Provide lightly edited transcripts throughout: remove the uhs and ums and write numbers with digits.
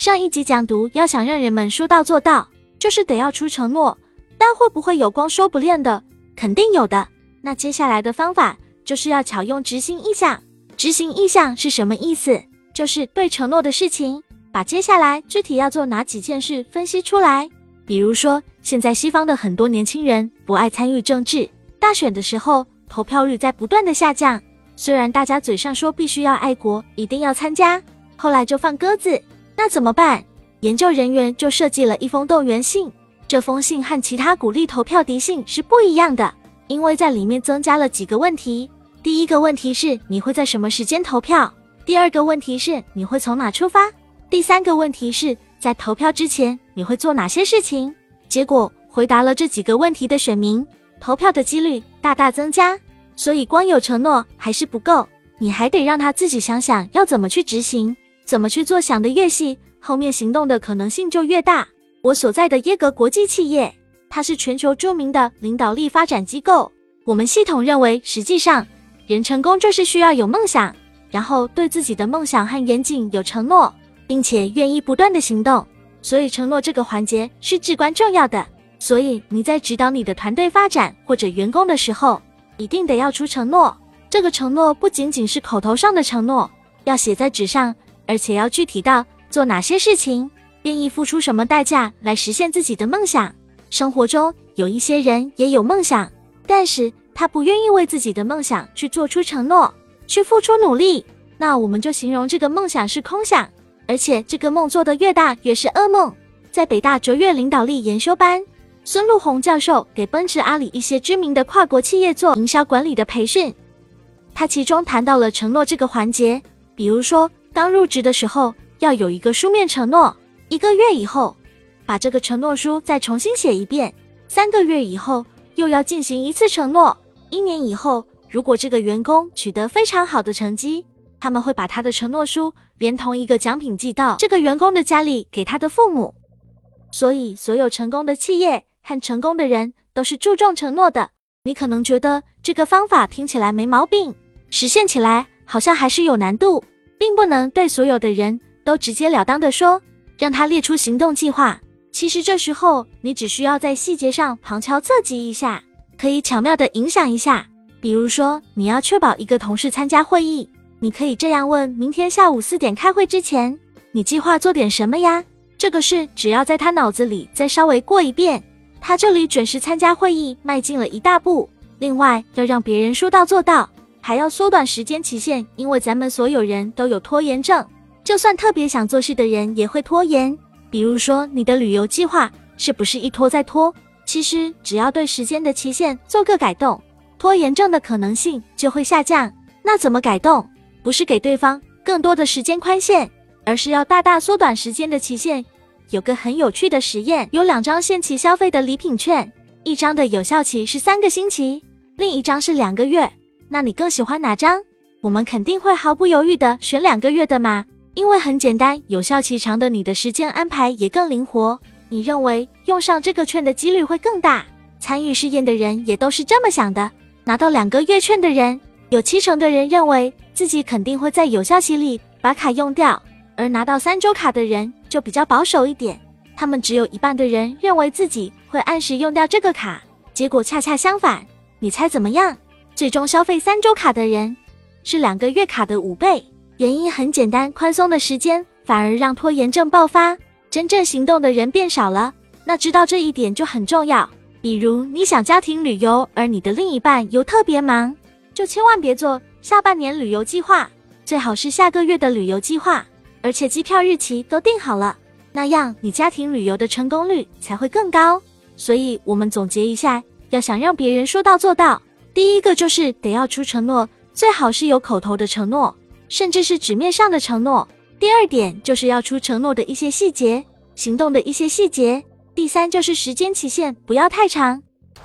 上一集讲读，要想让人们说到做到，就是得要出承诺，但会不会有光说不练的？肯定有的。那接下来的方法就是要巧用执行意象。执行意象是什么意思？就是对承诺的事情，把接下来具体要做哪几件事分析出来。比如说，现在西方的很多年轻人不爱参与政治，大选的时候投票率在不断的下降。虽然大家嘴上说必须要爱国，一定要参加，后来就放鸽子。那怎么办？研究人员就设计了一封动员信。这封信和其他鼓励投票的信是不一样的，因为在里面增加了几个问题。第一个问题是你会在什么时间投票？第二个问题是你会从哪出发？第三个问题是在投票之前你会做哪些事情？结果回答了这几个问题的选民，投票的几率大大增加。所以光有承诺还是不够，你还得让他自己想想要怎么去执行，怎么去做，想得越细，后面行动的可能性就越大。我所在的耶格国际企业，它是全球著名的领导力发展机构。我们系统认为，实际上人成功就是需要有梦想，然后对自己的梦想和远景有承诺，并且愿意不断的行动。所以承诺这个环节是至关重要的。所以你在指导你的团队发展或者员工的时候，一定得要出承诺。这个承诺不仅仅是口头上的承诺，要写在纸上，而且要具体到做哪些事情，愿意付出什么代价来实现自己的梦想。生活中有一些人也有梦想，但是他不愿意为自己的梦想去做出承诺，去付出努力，那我们就形容这个梦想是空想，而且这个梦做得越大越是噩梦。在北大卓越领导力研修班，孙路红教授给奔驰、阿里一些知名的跨国企业做营销管理的培训，他其中谈到了承诺这个环节。比如说刚入职的时候要有一个书面承诺，1个月以后把这个承诺书再重新写一遍，3个月以后又要进行一次承诺，1年以后如果这个员工取得非常好的成绩，他们会把他的承诺书连同一个奖品寄到这个员工的家里给他的父母。所以所有成功的企业和成功的人都是注重承诺的。你可能觉得这个方法听起来没毛病，实现起来好像还是有难度，并不能对所有的人都直截了当的说，让他列出行动计划。其实这时候你只需要在细节上旁敲侧击一下，可以巧妙的影响一下。比如说你要确保一个同事参加会议，你可以这样问：明天下午4点开会之前，你计划做点什么呀？这个事只要在他脑子里再稍微过一遍，他这里准时参加会议迈进了一大步。另外要让别人说到做到，还要缩短时间期限，因为咱们所有人都有拖延症，就算特别想做事的人也会拖延。比如说你的旅游计划是不是一拖再拖？其实只要对时间的期限做个改动，拖延症的可能性就会下降。那怎么改动？不是给对方更多的时间宽限，而是要大大缩短时间的期限。有个很有趣的实验，有2张限期消费的礼品券，一张的有效期是3个星期，另一张是2个月。那你更喜欢哪张？我们肯定会毫不犹豫的选2个月的嘛，因为很简单，有效期长的你的时间安排也更灵活，你认为用上这个券的几率会更大。参与试验的人也都是这么想的。拿到2个月券的人，有70%的人认为自己肯定会在有效期里把卡用掉，而拿到3周卡的人就比较保守一点，他们只有1半的人认为自己会按时用掉这个卡。结果恰恰相反，你猜怎么样？最终消费3周卡的人是2个月卡的5倍。原因很简单，宽松的时间反而让拖延症爆发，真正行动的人变少了。那知道这一点就很重要。比如你想家庭旅游，而你的另一半又特别忙，就千万别做下半年旅游计划，最好是下个月的旅游计划，而且机票日期都定好了，那样你家庭旅游的成功率才会更高。所以我们总结一下，要想让别人说到做到，第一个就是得要出承诺，最好是有口头的承诺，甚至是纸面上的承诺。第二点就是要出承诺的一些细节，行动的一些细节。第三就是时间期限不要太长。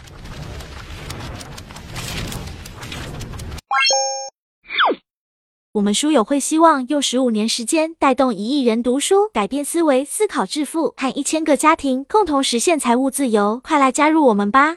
我们书友会希望用15年时间带动1亿人读书，改变思维，思考致富，和1000个家庭共同实现财务自由。快来加入我们吧！